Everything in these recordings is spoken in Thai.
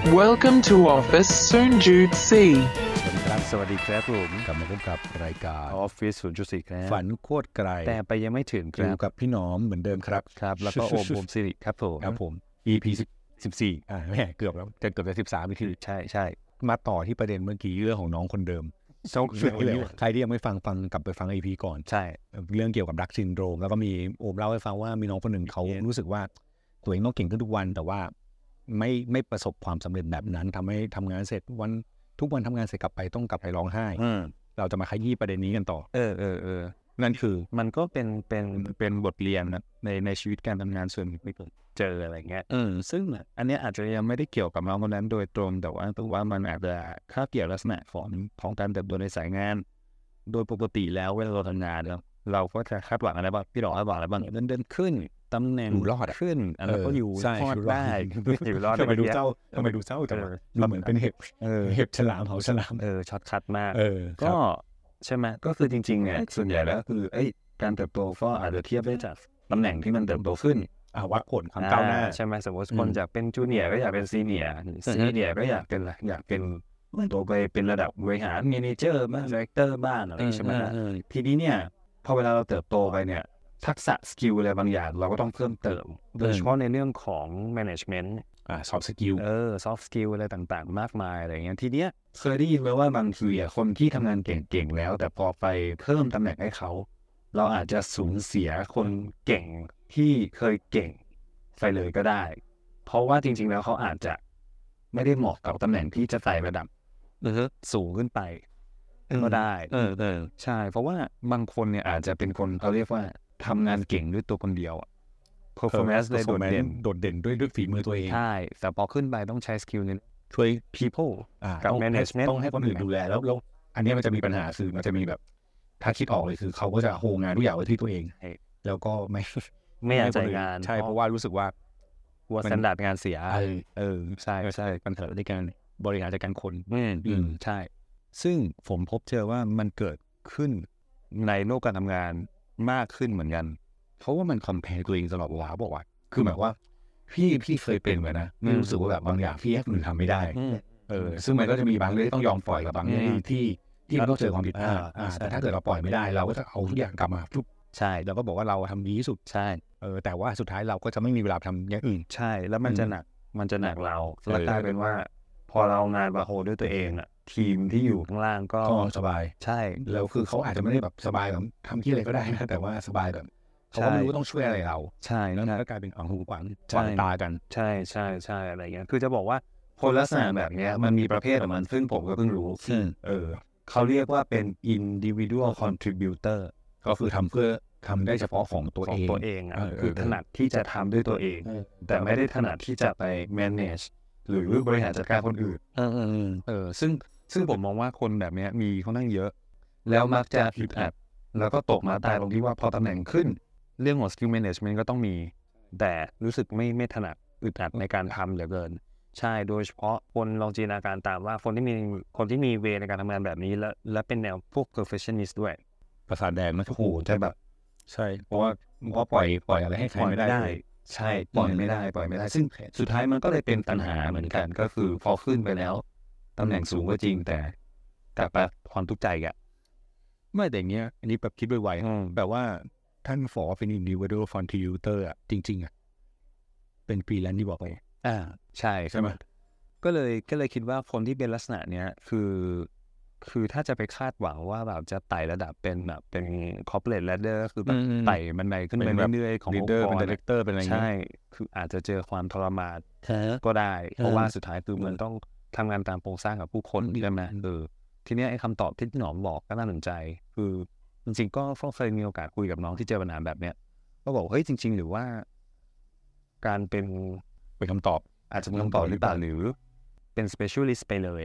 Welcome to Office Soon Jude C. สวัสดีครับผมกลับมาพบกับรายการ Office 0.4 ครับฝันโคตรไกลแต่ไปยังไม่ถึงคอรัยู่บกับพี่หนอมเหมือนเดิมครับครับ แล้วก็โอมภูมิสิริครับผมครับผม EP 14แม่เกือบแล้วจะเกือบจะ13 EP ใช่ใช่มาต่อที่ประเด็นเมื่อกี้เรื่องของน้องคนเดิมใครที่ยังไม่ฟังกลับไปฟัง EP ก่อนใช่เรื่องเกี่ยวกับดักซินโดรมแล้วก็มีโอมเล่าให้ฟังว่ามีน้องคนหนึ่งเขารู้สึกว่าตัวเองต้องเก่งขึ้นทุกวันแต่ว่าไม่ประสบความสำเร็จแบบนั้นทำให้ทำงานเสร็จทุกวันทำงานเสร็จกลับไปต้องกลับไปร้องไห้เราจะมาขยี้ประเด็นนี้กันต่อนั่นคือมันก็เป็นบทเรียนนะในชีวิตการทำงานส่วนไม่เคยเจออะไรเงี้ยซึ่งอันเนี้ยอาจจะยังไม่ได้เกี่ยวกับน้องคนนั้นโดยตรงแต่ว่ามันอาจจะค่าเกี่ยวลักษณะของการเติบโตในสายงานโดยปกติแล้วเวลาเราทำงานเราก็จะคาดหวังอะไรบ้างพี่ดอกคาดหวังอะไรบ้างเดินขึ้นตำแหน่งรอดขึ้นแล้วก็อยู่รอดได้อยู่รอดทำไมดูเศร้าจังเหมือนเป็นเห็บฉลามเผาฉลามช็อตคัทมากก็ใช่ไหมก็คือจริงๆเนี่ยส่วนใหญ่แล้วคือการเติบโตก็อาจจะเทียบได้จากตำแหน่งที่มันเติบโตขึ้นวัดผลความก้าวหน้าใช่ไหมสมมติคนจากเป็นจูเนียร์ก็อยากเป็นซีเนียร์ก็อยากเป็นอะไรอยากเป็นตัวไปเป็นระดับบริหารเมเนเจอร์บ้างดีเรคเตอร์บ้างอะไรใช่ไหมทีนี้เนี่ยพอเวลาเราเติบโตไปเนี่ยทักษะสกิลอะไรบางอย่างเราก็ต้องเพิ่มเติมโดยเฉพาะในเรื่องของ management soft skill soft skill อะไรต่างๆมากมายอะไรเงี้ยทีเนี้ยเคยได้ยินไหมว่าบางทีคนที่ทำงานเก่งๆแล้วแต่พอไปเพิ่มตำแหน่งให้เขาเราอาจจะสูญเสียคนเก่งที่เคยเก่งไปเลยก็ได้เพราะว่าจริงๆแล้วเขาอาจจะไม่ได้เหมาะกับตำแหน่งที่จะไต่ระดับสูงขึ้นไปก็ได้ใช่เพราะว่าบางคนเนี่ยอาจจะเป็นคนเขาเรียกว่าทำงานเก่งด้วยตัวคนเดียวperformance เลยโดดเด่นด้วยฝีมือตัวเองใช่แต่พอขึ้นไปต้องใช้สกิลนี้ช่วย people กับ management ต้องให้คนอื่นดูแลแล้วอันนี้มันจะมีปัญหาคือมันจะมีแบบถ้าคิดออกเลยคือเขาก็จะโฮงานทุกอย่างไว้ที่ตัวเองแล้วก็ไม่อยากจ่ายงานใช่เพราะว่ารู้สึกว่าสแตนดาร์ดงานเสียใช่ปัญหาในการบริหารจัดการคนใช่ซึ่งผมพบเจอว่ามันเกิดขึ้นในโลกการทำงานมากขึ้นเหมือนกันเพราะว่ามันคอมเพลตัวเองตลอดเวลาบอกว่าคือหมายว่าพี่เคยเป็นเหมือนนะรู้สึกว่าแบบบางอย่างพี่ให้คนอื่นทำไม่ได้ซึ่งมันก็จะมีบางเรื่องที่ต้องยอมปล่อยกับบางเรื่องที่มันต้องเจอความผิดพลาดแต่ถ้าเกิดเราปล่อยไม่ได้เราก็จะเอาทุกอย่างกลับมาใช่เราก็บอกว่าเราทำดีที่สุดใช่แต่ว่าสุดท้ายเราก็จะไม่มีเวลาทำอย่างอื่นใช่แล้วมันจะหนักเราแล้วกลายเป็นว่าพอเรางานบาโฮด้วยตัวเองทีมที่อยู่ข้างล่างก็สบายใช่แล้วคือเขาอาจจะไม่ได้แบบสบายแบบทำที่อะไรก็ได้นะแต่ว่าสบายแบบเขาก็ไม่รู้ต้องช่วยอะไรเราใช่แล้วก็กลายเป็นหูขวางตากันใช่อะไรเงี้ยคือจะบอกว่าคนลักษณะแบบเนี้ยมันมีประเภทของมันซึ่งผมก็เพิ่งรู้เขาเรียกว่าเป็น individual contributor ก็คือทำได้เฉพาะของตัวเองคือถนัดที่จะทำด้วยตัวเองแต่ไม่ได้ถนัดที่จะไป manage หรือบริหารจัดการคนอื่นซึ่งผมมองว่าคนแบบนี้มีค่อนข้างเยอะแล้วมักจะอึดอัดแล้วก็ตกมาตายตรงที่ว่าพอตำแหน่งขึ้นเรื่องของ skill management ก็ต้องมีแต่รู้สึกไม่ถนัดอึดอัดในการทำเหลือเกินใช่โดยเฉพาะคนลองจินตนาการตามว่าคนที่มีเวในการทำงานแบบนี้และเป็นแนวพวก perfectionist ด้วยประสาทแดงมันโอ้โหจะแบบใช่เพราะว่าปล่อยอะไรให้ใครไม่ได้ใช่ปล่อยไม่ได้ซึ่งสุดท้ายมันก็เลยเป็นปัญหาเหมือนกันก็คือพอขึ้นไปแล้วตำแหน่งสูงก็จริงแต่แบบความทุกข์ใจไม่แต่อย่างเงี้ยอันนี้แบบคิดไวๆแบบว่าท่านฝอเป็น individual contributor จริงๆเป็นฟรีแลนซ์ที่บอกไปใช่ไหมก็เลยคิดว่าคนที่เป็นลักษณะเนี้ยคือถ้าจะไปคาดหวังว่าแบบจะไต่ระดับเป็นแบบเป็น corporate ladder คือแบบไต่บันไดขึ้นไปเรื่อยๆของ leader เป็น director เป็นอะไรใช่คืออาจจะเจอความทรมานก็ได้เพราะว่าสุดท้ายคือมันต้องทำงานตามโครงสร้างกับผู้คนใช่ไหมทีนี้ไอ้คำตอบที่หนอมบอกก็น่าสนใจคือจริงๆก็เคยมีโอกาสคุยกับน้องที่เจอปัญหาแบบเนี้ยก็บอกเฮ้ยจริงๆหรือว่าการเป็นคำตอบอาจจะเป็นคำตอบหรือเปล่าหรือเป็น specialist ไปเลย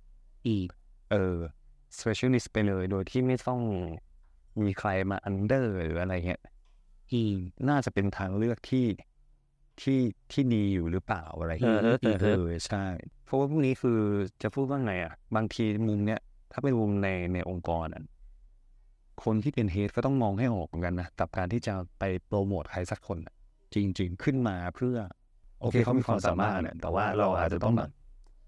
specialist ไปเลยโดยที่ไม่ต้องมีใครมา under หรืออะไรเงี้ยน่าจะเป็นทางเลือกที่ดีอยู่หรือเปล่าอะไรเงี้ยใช่เพราะว่าพวกนี้คือจะพูดว่าไงบางทีมุมเนี้ยถ้าเป็นมุมในองค์กรคนที่เป็นเฮดก็ต้องมองให้ออกเหมือนกันนะกับการที่จะไปโปรโมทใครสักคนจริงๆขึ้นมาเพื่อโอเคเขามีความสามารถแต่ว่าเราอาจจะต้องแบบ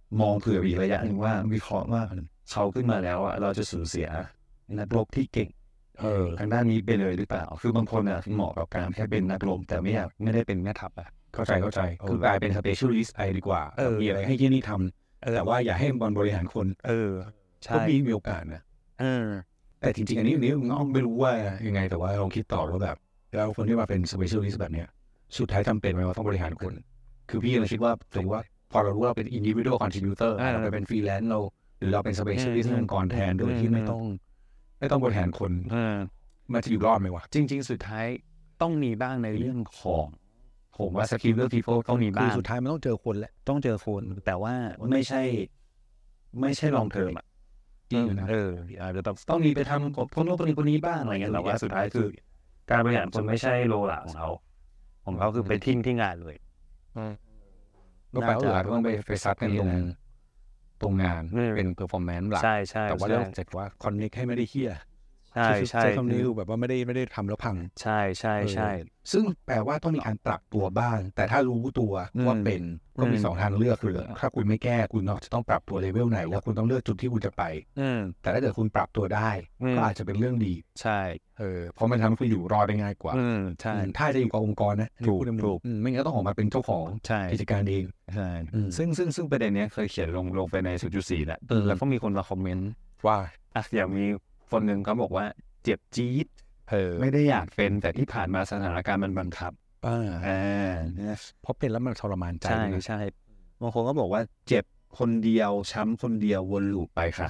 มองเผื่ออีกระยะหนึ่งว่าวิเคราะห์ว่าเขาขึ้นมาแล้วอะเราจะสูญเสียนักรบที่เก่งทางด้านนี้ไปเลยหรือเปล่าคือบางคนอะเหมาะกับการแค่เป็นนักรบแต่ไม่ได้เป็นแม่ทัพอะเข้าใจคือกลายเป็น specialist ไปดีกว่ามีอะไรให้ที่นี่ทำแต่ว่าอย่าให้บริหารคนก็มีโอกาสนะแต่จริงๆอันนี้น้องไม่รู้ว่ายังไงแต่ว่าลองคิดต่อว่าแบบแล้วคนที่มาเป็น specialist แบบเนี้ยสุดท้ายจำเป็นไหมว่าต้องบริหารคนคือพี่เลยคิดว่าถือว่าพอเรารู้ว่าเป็น individual contributor เราไปเป็น freelance เราหรือเราเป็น specialist ในองค์กรแทนโดยที่ไม่ต้องบริหารคนมันจะอยู่รอดไหมวะจริงๆสุดท้ายต้องมีบ้างในเรื่องของผมว่า skill เรื่อง people ต้องมีบ้างสุดท้ายมันต้องเจอคนแหละต้องเจอคนแต่ว่าไม่ใช่ long term อ่ะอาจจะต้องมีไปทำกับคนโน้นคนนี้บ้างอะไรเงี้ยแต่ว่าสุดท้ายคือการบริหารคนไม่ใช่โลหลักของเขาคือไปทิ้งที่งานเลยก็แปลว่าต้องไปซัดกันตรงงานเป็น performance หลักแต่ว่าเรื่องจากว่า connect ให้ไม่ได้เหี้ยใช่คำนี้คือแบบว่าไม่ได้ทำแล้วพังใช่ซึ่งแปลว่าต้องมีการปรับตัวบ้างแต่ถ้ารู้ตัวว่าเป็นก็มี2ทางเลือกคือถ้าคุณไม่แก้คุณจะต้องปรับตัวเลเวลไหนแล้วคุณต้องเลือกจุดที่คุณจะไปแต่ถ้าเกิดคุณปรับตัวได้ก็อาจจะเป็นเรื่องดีใช่เพราะมันทำให้คุณอยู่รอดได้ง่ายกว่าใช่ถ้าจะอยู่กับองค์กรนะถูกไม่งั้นต้องออกมาเป็นเจ้าของกิจการเองใช่ซึ่งประเด็นนี้เคยเขียนลงไปใน 0.4 แล้วก็มีคนมาคอมเมนต์ว่าอย่างมีคนหนึ่งเขาบอกว่าเจ็บจี๊ดไม่ได้อยากเป็นแต่ที่ผ่านมาสถานการณ์มันบังคับเพราะเป็นแล้วมันทรมานใจใช่บางคนก็บอกว่าเจ็บคนเดียวช้ำคนเดียววนลูปไปค่ะ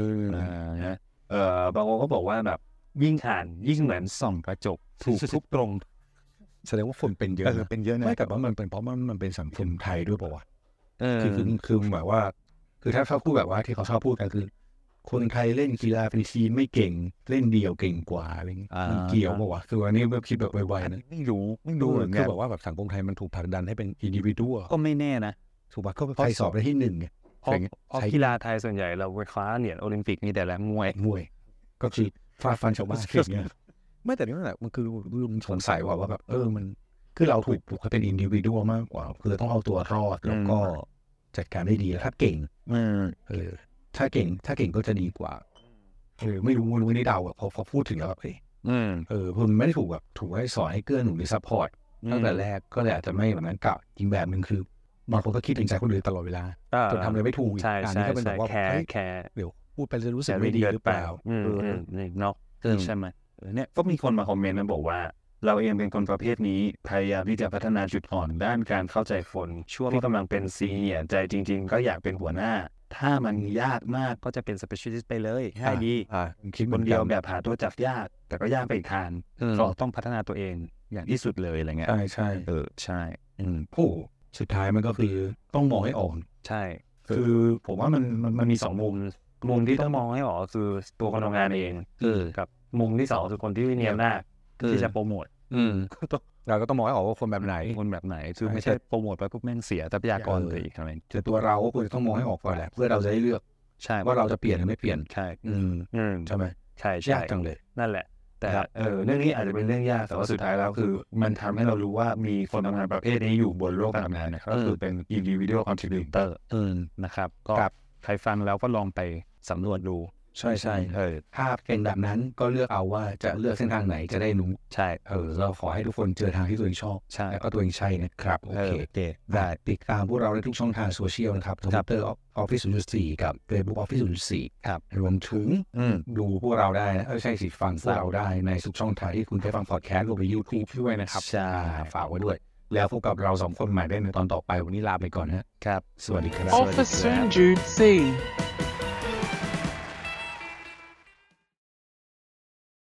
บางคนก็บอกว่าแบบยิ่งอ่านยิ่งเหมือนส่องกระจกถูกทุกตรงแสดงว่าคนเป็นเยอะนะไม่แต่ว่ามันเป็นเพราะมันเป็นสังคมไทยด้วยป่าววะคือแบบว่าคือถ้าเขาพูดแบบว่าที่เขาชอบพูดกันคือคนไทยเล่นกีฬาเป็นทีมไม่เก่งเล่นเดี่ยวเก่งกว่าอะไรเงี้ยมันเกี่ยวป่าววะคือวันนี้แบบคิดแบบไวๆนะไม่รู้คือแบบว่าแบบสังคมไทยมันถูกผลักดันให้เป็นอินดิวิดัวก็ไม่แน่นะถูกป่ะก็ไทยสอบได้ที่1ไงเพราะกีฬาไทยส่วนใหญ่เราไปคว้าเหรียญโอลิมปิกนี่แต่ละมวยก็คือฟาดฟันชาวบ้านอย่างเงี้ยไม่แต่นี่แหละมันคือสงสัยว่าแบบมันคือเราถูกให้เป็นอินดิวิดัวมากกว่าคือต้องเอาตัวรอดแล้วก็จัดการได้ดีถ้าเก่งถ้าเก่งก็จะดีกว่าไม่รู้นี่เดาพอพูดถึงแล้วแบบคุณไม่ได้ถูกให้สอนให้เกื้อหนุนหรือซัพพอร์ตตั้งแต่แรกก็เลยอาจจะไม่แบบนั้นกับอีกแบบนึงคือบางคนก็คิดถึงใจคนอื่นตลอดเวลาจนทำอะไรไม่ถูกการนี้ก็เป็นแบบว่าแคร์เดี๋ยวพูดไปจะรู้สึกไม่ดีหรือเปล่าเนาะใช่ไหมเนี่ยก็มีคนมาคอมเมนต์มาบอกว่าเราเองเป็นคนประเภทนี้พยายามที่จะพัฒนาจุดอ่อนด้านการเข้าใจคนช่วงที่กำลังเป็นซีเนียร์ใจจริงๆก็อยากเป็นหัวหน้าถ้ามันยากมากก็จะเป็น specialist ไปเลยใช่ดีคิดคนเดียวแบบหาตัวจับยากแต่ก็ยากไปอีกทางเราต้องพัฒนาตัวเองอย่างที่สุดเลยอะไรเงี้ยใช่ใช่สุดท้ายมันก็คือต้องมองให้ออกใช่คือผมว่ามันมี2มุมที่ต้องมองให้ออกคือตัวคนทำงานเองกับมุมที่2คือคนที่มีอำนาจที่จะโปรโมทเราก็ต้องมองให้ออกว่าคนแบบไหนคือไม่ใช่โปรโมทไปพวกแม่งเสียทรัพยากรเลยอะไรแต่ตัวเราก็ควรจะต้องมองให้ออกก่อนแหละเพื่อเราจะได้เลือกใช่ว่าเราจะเปลี่ยนหรือไม่เปลี่ยนใช่ใช่ไหมใช่ยากจังเลยนั่นแหละแต่เรื่องนี้อาจจะเป็นเรื่องยากแต่ว่าสุดท้ายแล้วคือมันทำให้เรารู้ว่ามีคนทำงานประเภทนี้อยู่บนโลกการทำงานนะครับก็คือเป็น individual contributor นะครับก็ใครฟังแล้วก็ลองไปสำรวจดูใช่ถ้าเป็นแบบนั้นก็เลือกเอาว่าจะเลือกเส้นทางไหนจะได้รู้ใช่เราขอให้ทุกคนเจอทางที่ตัวเองชอบแล้วก็ตัวเองใช่นะครับโอเคได้ติดตามพวกเราในทุกช่องทางโซเชียลนะครับ Twitter Office 0.4 กับ Facebook Office 0.4 ครับรวมถึงดูพวกเราได้นะใช่สิฟังพวกเราได้ในทุกช่องทางที่คุณได้ฟังพอดแคสต์รวมไป YouTube ด้วยนะครับใช่ฝากไว้ด้วยแล้วพบกับเรา2คนใหม่ได้ในตอนต่อไปวันนี้ลาไปก่อนนะครับสวัสดีครับ Office Soon Jude C